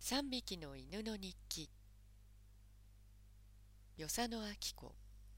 3匹の犬の日記。与謝野晶子。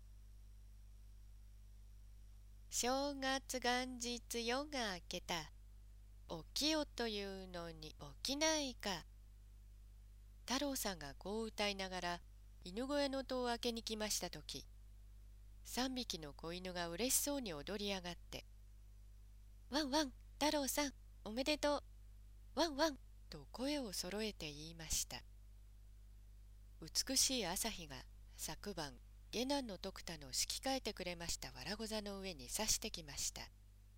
正月元日夜が明けた。起きよというのに起きないか。太郎さんがこう歌いながら犬小屋の戸を開けに来ましたとき、3匹の子犬が嬉しそうに踊り上がって、ワンワン、太郎さん、おめでとう、ワンワンと声をそろえて言いました。美しい朝日が昨晩下男の徳太の敷き替えてくれましたわらご座の上に差してきました。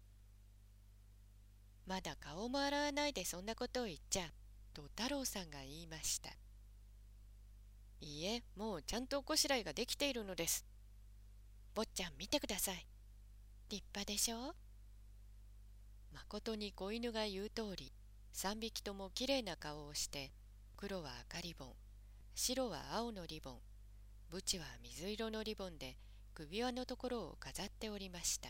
まだ顔も洗わないでそんなことを言っちゃ、と太郎さんが言いました。いいえ、もうちゃんとおこしらえができているのです。坊ちゃん見てください。立派でしょう。まことに子犬が言う通り、3匹ともきれいな顔をして、黒は赤リボン、白は青のリボン、ブチは水色のリボンで首輪のところを飾っておりました。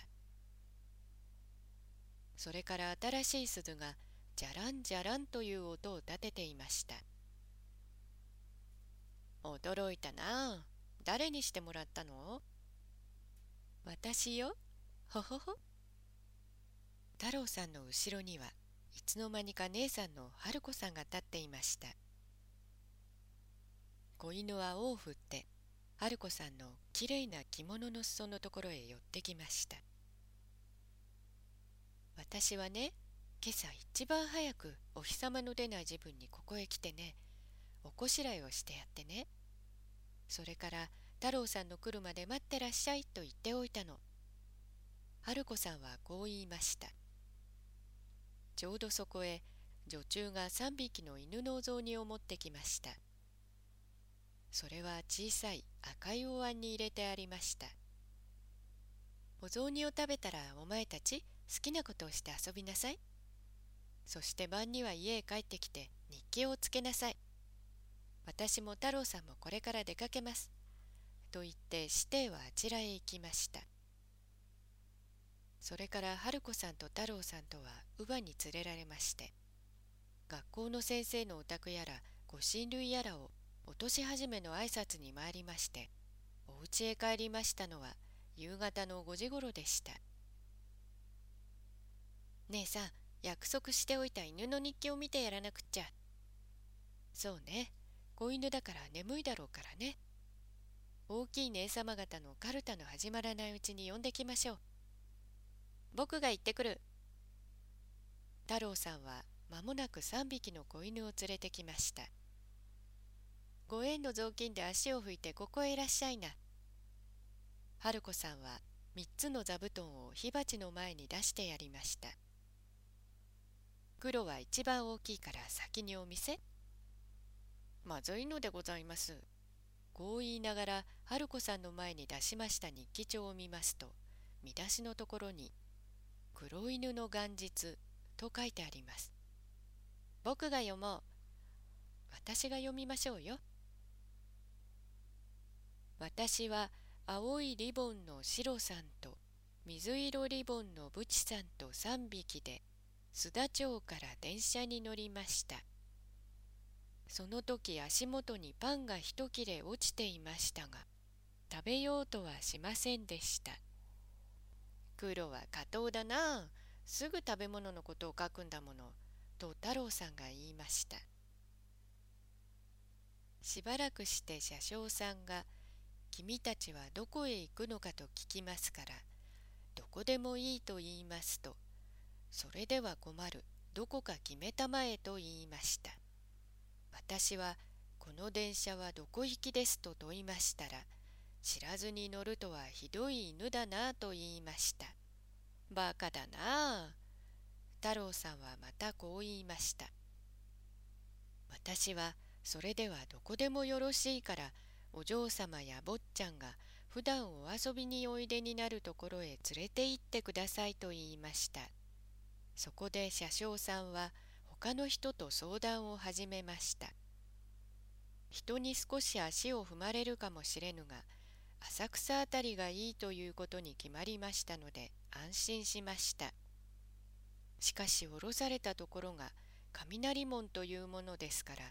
それから新しい鈴がじゃらんじゃらんという音を立てていました。驚いたなあ。誰にしてもらったの？私よ。ほほほ。太郎さんの後ろにはいつの間にか姉さんの春子さんが立っていました。子犬は尾を振って春子さんのきれいな着物の裾のところへ寄ってきました。私はね、今朝一番早くお日様の出ない時分にここへ来てね、おこしらえをしてやってね、それから太郎さんの来るまで待ってらっしゃいと言っておいたの。春子さんはこう言いました。ちょうどそこへ女中が3匹の犬のお雑煮を持ってきました。それは小さい赤いお椀に入れてありました。お雑煮を食べたらお前たち好きなことをして遊びなさい。そして晩には家へ帰ってきて日記をつけなさい。私も太郎さんもこれから出かけます。と言って師弟はあちらへ行きました。それから春子さんと太郎さんとは乳母に連れられまして、学校の先生のお宅やらご親類やらをお年始めの挨拶に参りまして、お家へ帰りましたのは夕方の5時ごろでした。姉さん、約束しておいた犬の日記を見てやらなくっちゃ。そうね、子犬だから眠いだろうからね。大きい姉様方のカルタの始まらないうちに呼んできましょう。僕が行ってくる。太郎さんは間もなく3匹の子犬を連れてきました。ご縁の雑巾で足を拭いてここへいらっしゃいな。春子さんは3つの座布団を火鉢の前に出してやりました。黒は一番大きいから先にお見せ。まずいのでございます。こう言いながら春子さんの前に出しました日記帳を見ますと、見出しのところに黒犬の元日と書いてあります。僕が読もう。私が読みましょうよ。私は青いリボンのシロさんと水色リボンのブチさんと3匹で須田町から電車に乗りました。その時足元にパンが一切れ落ちていましたが、食べようとはしませんでした。黒は下等だなあ。すぐ食べ物のことを書くんだもの、と太郎さんが言いました。しばらくして車掌さんが、君たちはどこへ行くのかと聞きますから、どこでもいいと言いますと、それでは困る、どこか決めたまえと言いました。私は、この電車はどこ行きですと問いましたら、知らずに乗るとはひどい犬だなと言いました。バカだなあ。太郎さんはまたこう言いました。私はそれではどこでもよろしいから、お嬢様や坊ちゃんが普段お遊びにおいでになるところへ連れて行ってくださいと言いました。そこで車掌さんは他の人と相談を始めました。人に少し足を踏まれるかもしれぬが、浅草あたりがいいということに決まりましたので安心しました。しかし降ろされたところが雷門というものですから、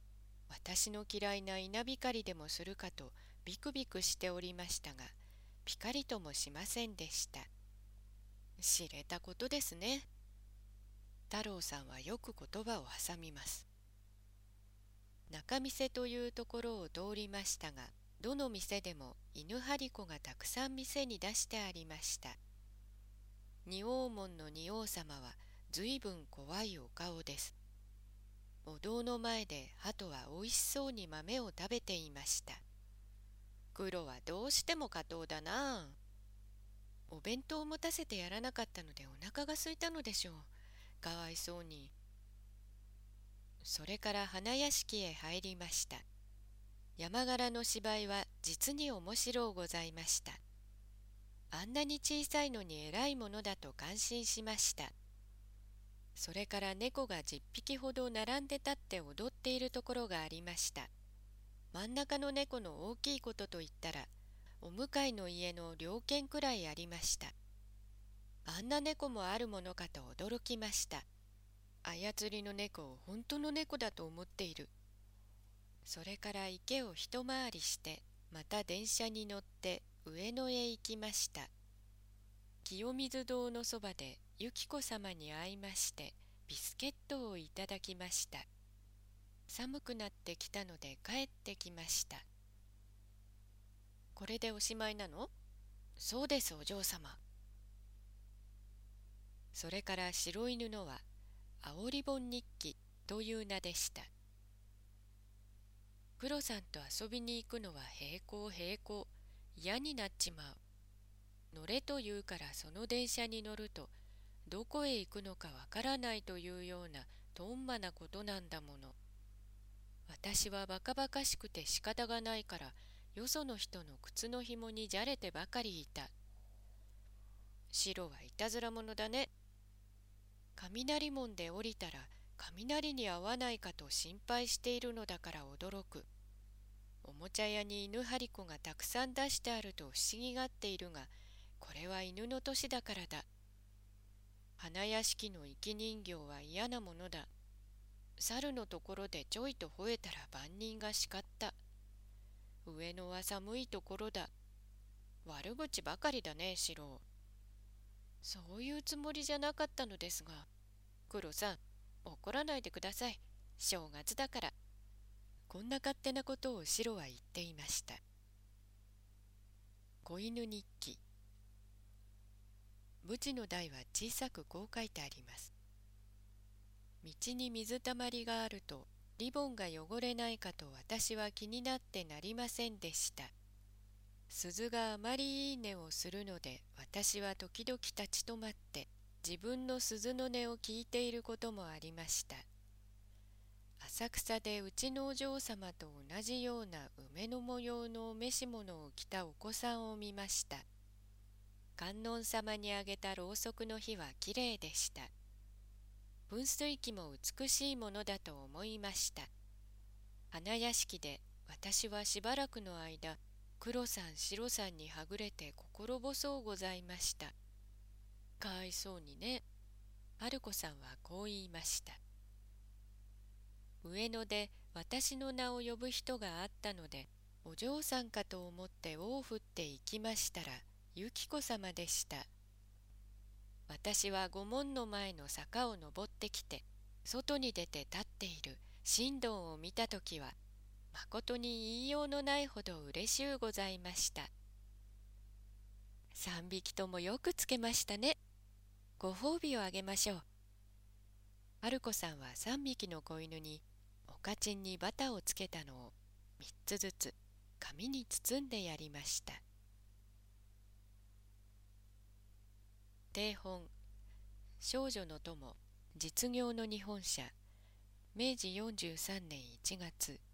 私の嫌いな稲光でもするかとビクビクしておりましたが、ピカリともしませんでした。知れたことですね。太郎さんはよく言葉を挟みます。仲見世というところを通りましたが、どの店でも犬張り子がたくさん店に出してありました。仁王門の仁王様はずいぶん怖いお顔です。お堂の前で鳩はおいしそうに豆を食べていました。黒はどうしても下等だなあ。お弁当を持たせてやらなかったのでお腹が空いたのでしょう。かわいそうに。それから花屋敷へ入りました。山柄の芝居は実に面白うございました。あんなに小さいのに偉いものだと感心しました。それから猫が10匹ほど並んで立って踊っているところがありました。真ん中の猫の大きいことといったら、お向かいの家の猟犬くらいありました。あんな猫もあるものかと驚きました。操りの猫を本当の猫だと思っている。それから池を一回りして、また電車に乗って上野へ行きました。清水堂のそばで由紀子様に会いまして、ビスケットをいただきました。寒くなってきたので帰ってきました。これでおしまいなの？そうです、お嬢様。それから白犬のは、青リボン日記という名でした。黒さんと遊びに行くのは平行、嫌になっちまう。乗れと言うからその電車に乗ると、どこへ行くのかわからないというようなとんまなことなんだもの。私はバカバカしくて仕方がないから、よその人の靴のひもにじゃれてばかりいた。白はいたずら者だね。雷門で降りたら雷に合わないかと心配しているのだから驚く。おもちゃ屋に犬張り子がたくさん出してあると不思議がっているが、これは犬の年だからだ。花屋敷の生き人形は嫌なものだ。猿のところでちょいと吠えたら万人が叱った。上野は寒いところだ。悪口ばかりだね、四郎。そういうつもりじゃなかったのですが。黒さん、怒らないでください。正月だから。こんな勝手なことをシロは言っていました。子犬日記。無知の題は小さくこう書いてあります。道に水たまりがあるとリボンが汚れないかと私は気になってなりませんでした。鈴があまりいい音をするので私は時々立ち止まって自分の鈴の音を聞いていることもありました。浅草でうちのお嬢様と同じような梅の模様のお召し物を着たお子さんを見ました。観音様にあげたろうそくの火はきれいでした。噴水器も美しいものだと思いました。花屋敷で私はしばらくの間、黒さん白さんにはぐれて心細うございました。かわいそうにね。春子さんはこう言いました。上野で私の名を呼ぶ人があったので、お嬢さんかと思って尾を振って行きましたら、由紀子様でした。私は御門の前の坂を登ってきて、外に出て立っている神童を見たときは、まことに言いようのないほど嬉しゅうございました。3匹ともよくつけましたね。ご褒美をあげましょう。春子さんは3匹の子犬におかちんにバタをつけたのを3つずつ紙に包んでやりました。定本少女の友実業の日本社明治43年1月